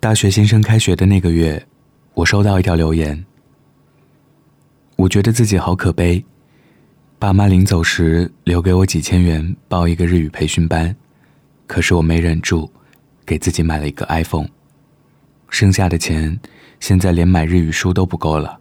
大学新生开学的那个月，我收到一条留言。我觉得自己好可悲，爸妈临走时留给我几千元报一个日语培训班，可是我没忍住，给自己买了一个 iPhone， 剩下的钱现在连买日语书都不够了。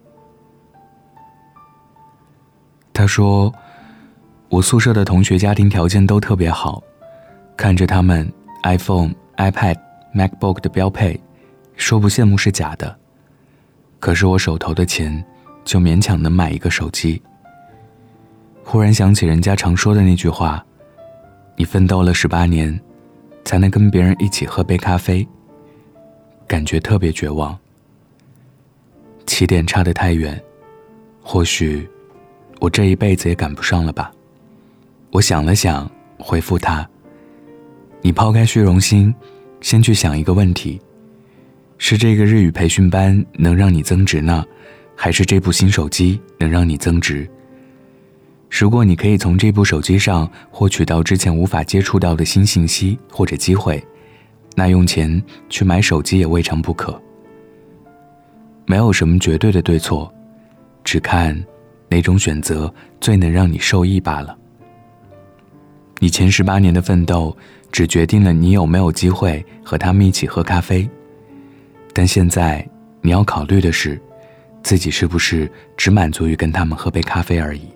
他说，我宿舍的同学家庭条件都特别好，看着他们 iPhone、iPad、MacBook 的标配，说不羡慕是假的，可是我手头的钱就勉强能买一个手机。忽然想起人家常说的那句话，你奋斗了18年才能跟别人一起喝杯咖啡，感觉特别绝望。起点差得太远，或许我这一辈子也赶不上了吧。我想了想，回复他，你抛开虚荣心，先去想一个问题，是这个日语培训班能让你增值呢，还是这部新手机能让你增值？如果你可以从这部手机上获取到之前无法接触到的新信息或者机会，那用钱去买手机也未尝不可。没有什么绝对的对错，只看哪种选择最能让你受益罢了。你前18年的奋斗只决定了你有没有机会和他们一起喝咖啡，但现在你要考虑的是，自己是不是只满足于跟他们喝杯咖啡而已。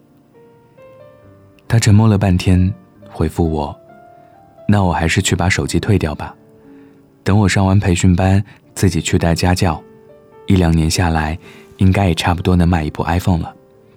他沉默了半天，回复我，那我还是去把手机退掉吧，等我上完培训班自己去带家教，1-2年下来应该也差不多能买一部 iPhone 了。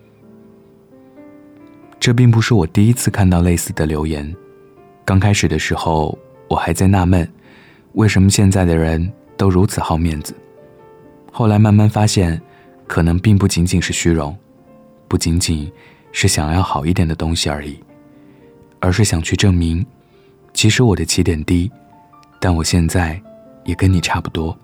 这并不是我第一次看到类似的留言，刚开始的时候我还在纳闷，为什么现在的人都如此好面子。后来慢慢发现，可能并不仅仅是虚荣，不仅仅是想要好一点的东西而已，而是想去证明，即使我的起点低，但我现在也跟你差不多。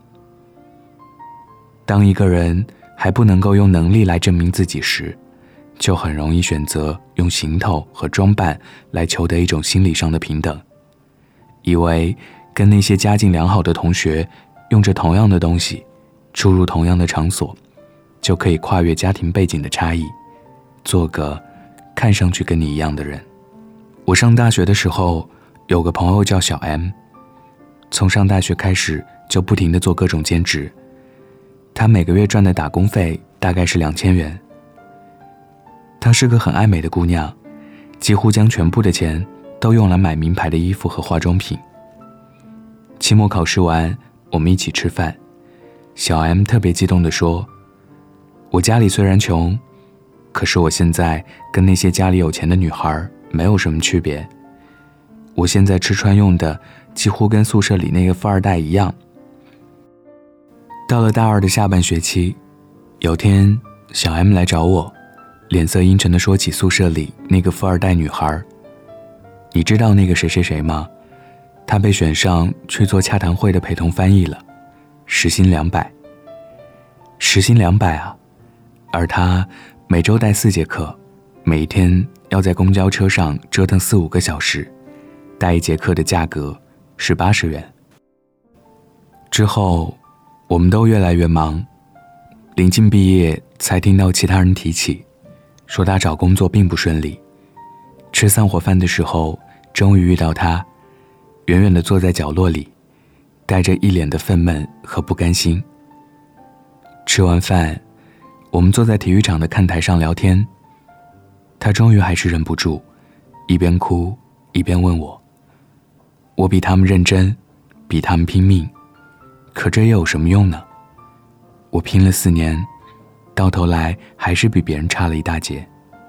当一个人还不能够用能力来证明自己时，就很容易选择用行头和装扮来求得一种心理上的平等，以为跟那些家境良好的同学用着同样的东西，出入同样的场所，就可以跨越家庭背景的差异，做个看上去跟你一样的人。我上大学的时候，有个朋友叫小 M， 从上大学开始就不停地做各种兼职，他每个月赚的打工费大概是2000元。她是个很爱美的姑娘，几乎将全部的钱都用来买名牌的衣服和化妆品。期末考试完，我们一起吃饭，小 M 特别激动地说，我家里虽然穷，可是我现在跟那些家里有钱的女孩没有什么区别，我现在吃穿用的几乎跟宿舍里那个富二代一样。到了大2的下半学期，有天小 M 来找我，脸色阴沉地说起宿舍里那个富二代女孩，你知道那个谁谁谁吗？她被选上去做洽谈会的陪同翻译了，时薪200。时薪200啊！而她每周带4节课，每一天要在公交车上折腾4-5个小时，带1节课的价格是80元。之后我们都越来越忙，临近毕业才听到其他人提起，说他找工作并不顺利。吃散伙饭的时候，终于遇到他，远远地坐在角落里，带着一脸的愤懑和不甘心。吃完饭，我们坐在体育场的看台上聊天，他终于还是忍不住，一边哭一边问我，我比他们认真，比他们拼命，可这又有什么用呢？我拼了4年，到头来还是比别人差了一大截。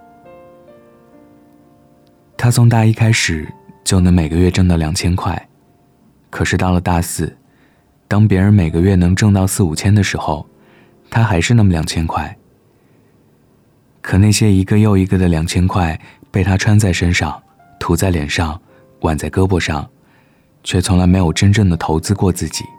他从大1开始就能每个月挣到2000块，可是到了大4，当别人每个月能挣到4-5千的时候，他还是那么2000块。可那些一个又一个的2000块被他穿在身上，涂在脸上，挽在胳膊上，却从来没有真正的投资过自己。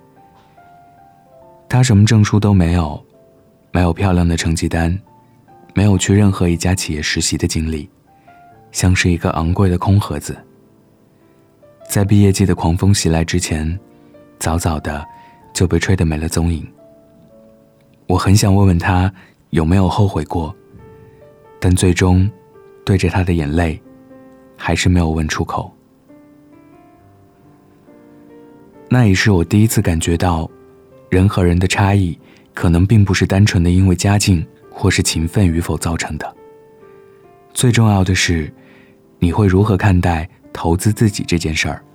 他什么证书都没有，没有漂亮的成绩单，没有去任何一家企业实习的经历，像是一个昂贵的空盒子。在毕业季的狂风袭来之前，早早的就被吹得没了踪影。我很想问问他有没有后悔过，但最终对着他的眼泪还是没有问出口。那也是我第一次感觉到，人和人的差异可能并不是单纯的因为家境或是勤奋与否造成的。最重要的是，你会如何看待投资自己这件事儿。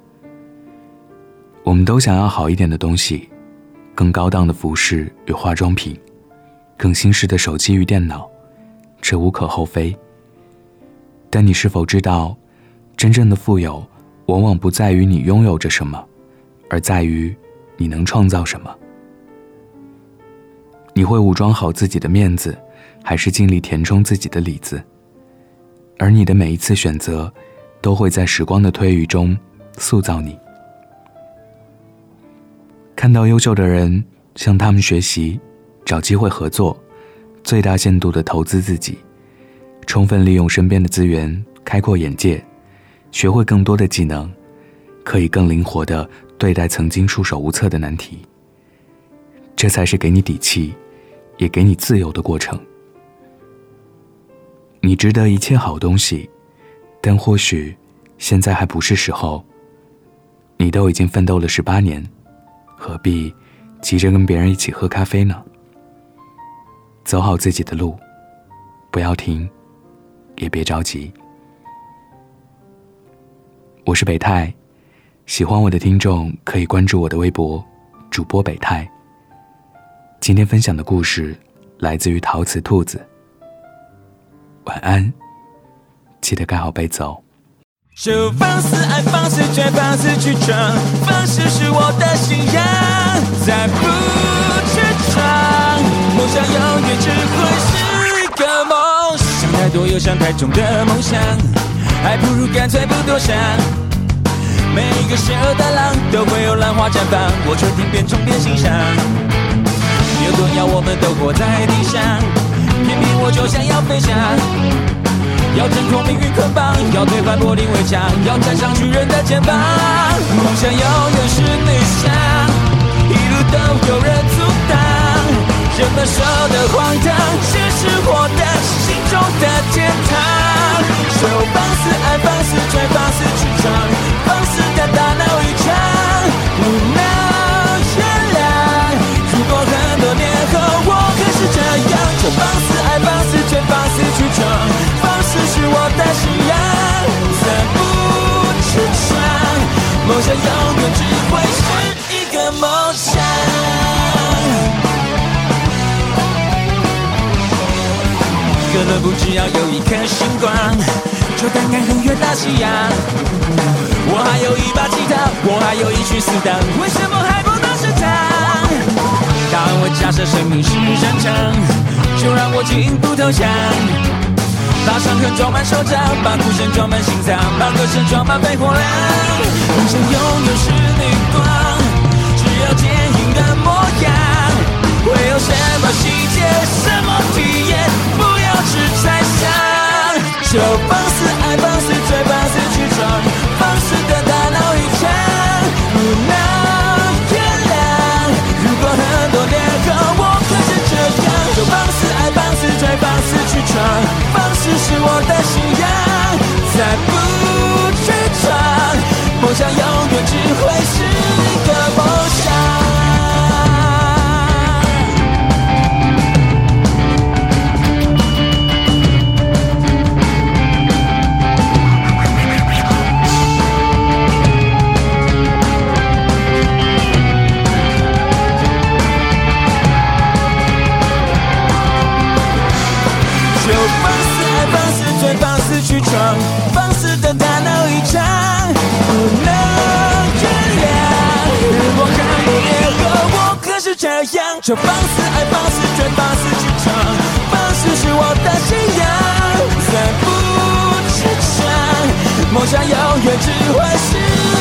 我们都想要好一点的东西，更高档的服饰与化妆品，更新式的手机与电脑，这无可厚非。但你是否知道，真正的富有往往不在于你拥有着什么，而在于你能创造什么。你会武装好自己的面子，还是尽力填充自己的里子？而你的每一次选择都会在时光的推移中塑造你。看到优秀的人，向他们学习，找机会合作，最大限度地投资自己，充分利用身边的资源，开阔眼界，学会更多的技能，可以更灵活地对待曾经束手无策的难题。这才是给你底气，也给你自由的过程。你值得一切好东西，但或许现在还不是时候。你都已经奋斗了18年，何必急着跟别人一起喝咖啡呢？走好自己的路，不要停，也别着急。我是北泰，喜欢我的听众可以关注我的微博主播北泰。今天分享的故事来自于陶瓷兔子。晚安，记得盖好被子哦。 就放肆爱放肆追放肆去闯，放肆是我的信仰，再不去闯，梦想永远只会是一个梦。想太多又想太重的梦想，还不如干脆不多想。每一个邪恶的浪都会有浪花绽放，我春天变种变欣赏。牛顿要我们都活在地上，偏偏我就想要飞翔。要挣脱命运捆绑，要推翻柏林围墙，要站上巨人的肩膀。梦想永远是理想，一路都有人阻挡。人们说的荒唐，其实我的心中的天堂。就放肆爱放肆追放肆去闯，放肆的大闹一场，不能原谅。如果很多年后我还是这样，就放肆爱放肆追放肆去闯，这是我的信仰，再不去闯，梦想永远只会是一个梦想。哥伦布只要有一颗星光，就敢看横越大西洋。我还有一把吉他，我还有一群死党，为什么还不能生长？当我假设生命是战场，就让我进步投降。把伤痕装满手掌，把哭声装满心脏，把歌声装满肺活量。梦想永远是逆光，只有坚硬的模样。会有什么细节，什么体验，不要只猜想。就放肆爱放肆追放肆去闯，放肆的大闹一场，不能原谅。如果很多年后我还是这样，就放肆爱放肆追放肆去闯，这是我的信仰，再不去闯，梦想永远只会是一个梦想。就放肆爱放肆追放肆去闯，放肆的大闹一场，不能原谅。如果很多年后我可是这样，就放肆爱放肆追放肆去闯，放肆是我的信仰，再不去闯，梦想永远只会是